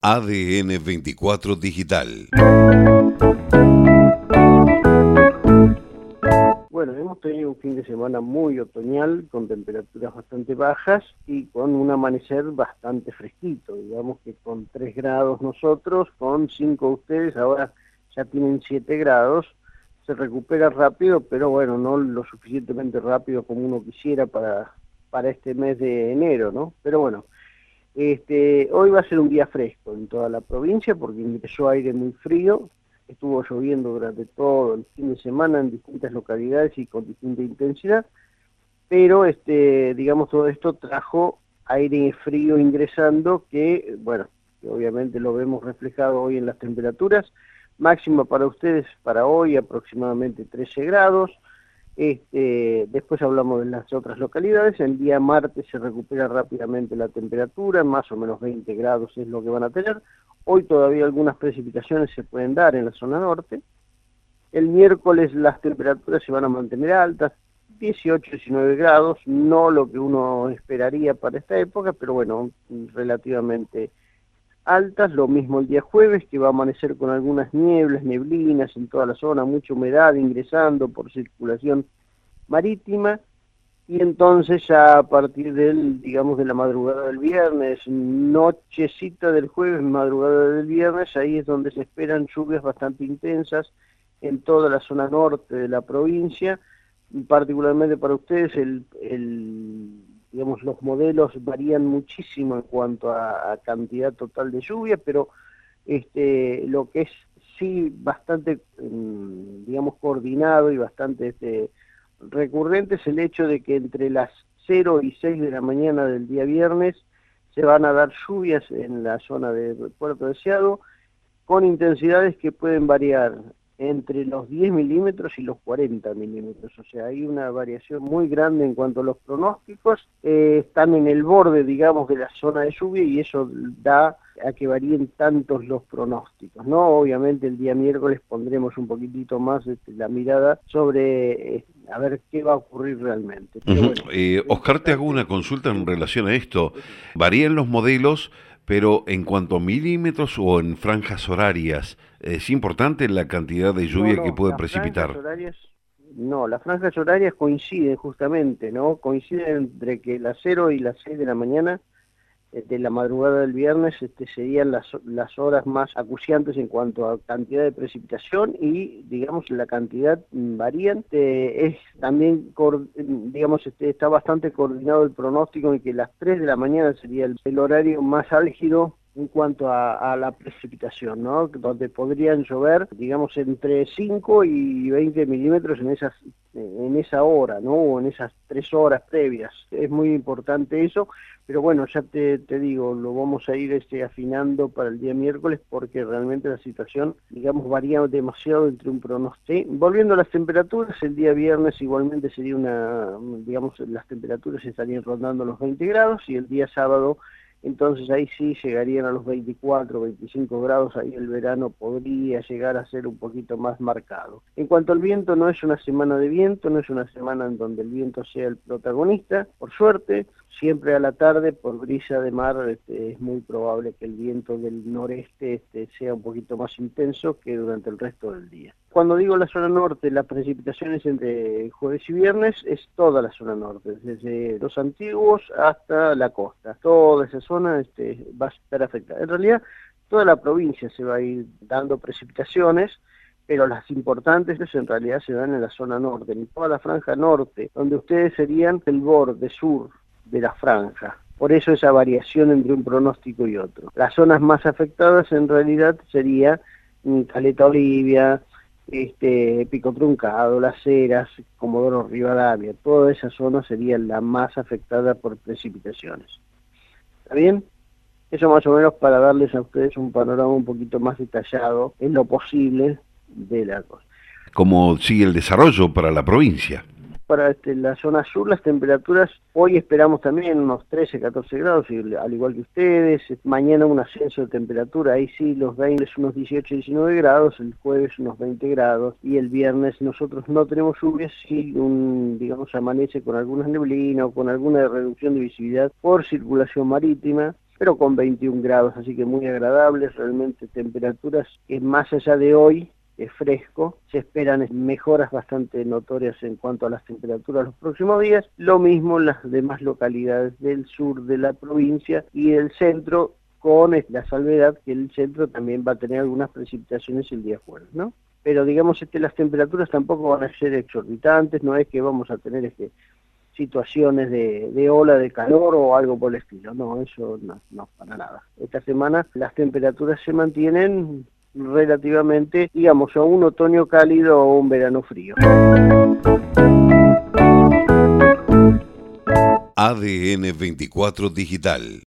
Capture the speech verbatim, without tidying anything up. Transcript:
A D N veinticuatro Digital. Bueno, hemos tenido un fin de semana muy otoñal, con temperaturas bastante bajas y con un amanecer bastante fresquito. Digamos que con tres grados nosotros, con cinco ustedes, ahora ya tienen siete grados. Se recupera rápido, pero bueno, no lo suficientemente rápido como uno quisiera para, para este mes de enero, ¿no? Pero bueno, este, hoy va a ser un día fresco en toda la provincia porque ingresó aire muy frío. Estuvo lloviendo durante todo el fin de semana en distintas localidades y con distinta intensidad, pero este, digamos, todo esto trajo aire frío ingresando que, bueno, que obviamente lo vemos reflejado hoy en las temperaturas. Máxima para ustedes para hoy aproximadamente trece grados. Este, después hablamos de las otras localidades. El día martes se recupera rápidamente la temperatura, más o menos veinte grados es lo que van a tener. Hoy todavía algunas precipitaciones se pueden dar en la zona norte. El miércoles las temperaturas se van a mantener altas, dieciocho, diecinueve grados, no lo que uno esperaría para esta época, pero bueno, relativamente altas. Lo mismo el día jueves, que va a amanecer con algunas nieblas, neblinas en toda la zona, mucha humedad ingresando por circulación marítima. Y entonces ya a partir del, digamos, de la madrugada del viernes, nochecita del jueves, madrugada del viernes, ahí es donde se esperan lluvias bastante intensas en toda la zona norte de la provincia. Particularmente para ustedes, el, el, digamos, los modelos varían muchísimo en cuanto a, a cantidad total de lluvia, pero este, lo que es sí bastante, digamos, coordinado y bastante este, recurrente es el hecho de que entre las cero y seis de la mañana del día viernes se van a dar lluvias en la zona de Puerto Deseado con intensidades que pueden variar entre los diez milímetros y los cuarenta milímetros, o sea, hay una variación muy grande en cuanto a los pronósticos. Eh, están en el borde, digamos, de la zona de lluvia y eso da a que varíen tantos los pronósticos, ¿no? Obviamente el día miércoles pondremos un poquitito más este, la mirada sobre eh, a ver qué va a ocurrir realmente. Pero uh-huh. bueno, eh, Oscar, te hago una consulta en relación a esto. Varían los modelos, pero en cuanto a milímetros o en franjas horarias, ¿es importante la cantidad de lluvia no, no, que puede precipitar? Franjas horarias, no, las franjas horarias coinciden justamente, ¿no? Coinciden entre que las cero y las seis de la mañana de la madrugada del viernes este, serían las, las horas más acuciantes en cuanto a cantidad de precipitación y, digamos, la cantidad varían. Eh, es también, digamos, este, está bastante coordinado el pronóstico en que las tres de la mañana sería el, el horario más álgido en cuanto a, a la precipitación, ¿no? Donde podrían llover, digamos, entre cinco y veinte milímetros en esas en esa hora, ¿no? O en esas tres horas previas. Es muy importante eso, pero bueno, ya te, te digo, lo vamos a ir este, afinando para el día miércoles porque realmente la situación, digamos, varía demasiado entre un pronóstico. ¿Sí? Volviendo a las temperaturas, el día viernes igualmente sería una, digamos, las temperaturas estarían rondando los veinte grados y el día sábado entonces ahí sí llegarían a los veinticuatro, veinticinco grados, ahí el verano podría llegar a ser un poquito más marcado. En cuanto al viento, no es una semana de viento, no es una semana en donde el viento sea el protagonista, por suerte, siempre a la tarde, por brisa de mar, este, es muy probable que el viento del noreste este, sea un poquito más intenso que durante el resto del día. Cuando digo la zona norte, las precipitaciones entre jueves y viernes es toda la zona norte, desde los antiguos hasta la costa. Toda esa zona este, va a estar afectada. En realidad, toda la provincia se va a ir dando precipitaciones, pero las importantes en realidad se dan en la zona norte, en toda la franja norte, donde ustedes serían el borde sur de la franja. Por eso esa variación entre un pronóstico y otro. Las zonas más afectadas en realidad sería Caleta Olivia, este, Pico Truncado, Las Heras, Comodoro Rivadavia, toda esa zona sería la más afectada por precipitaciones. ¿Está bien? Eso más o menos para darles a ustedes un panorama un poquito más detallado en lo posible de la cosa. ¿Cómo sigue el desarrollo para la provincia? Para este, la zona sur las temperaturas, hoy esperamos también unos trece, catorce grados, y, al igual que ustedes. Mañana un ascenso de temperatura, ahí sí los veinte, unos dieciocho, diecinueve grados, el jueves unos veinte grados, y el viernes nosotros no tenemos lluvias, sí un, digamos, amanece con algunas neblinas o con alguna reducción de visibilidad por circulación marítima. pero con veintiún grados, así que muy agradables, realmente temperaturas que más allá de hoy, es fresco, se esperan mejoras bastante notorias en cuanto a las temperaturas los próximos días, lo mismo en las demás localidades del sur de la provincia y el centro, con la salvedad que el centro también va a tener algunas precipitaciones el día jueves, ¿no? Pero digamos que este, las temperaturas tampoco van a ser exorbitantes, no es que vamos a tener este, situaciones de, de ola de calor o algo por el estilo, no, eso no, no, para nada. Esta semana las temperaturas se mantienen relativamente, digamos, a un otoño cálido o un verano frío. A D N veinticuatro Digital.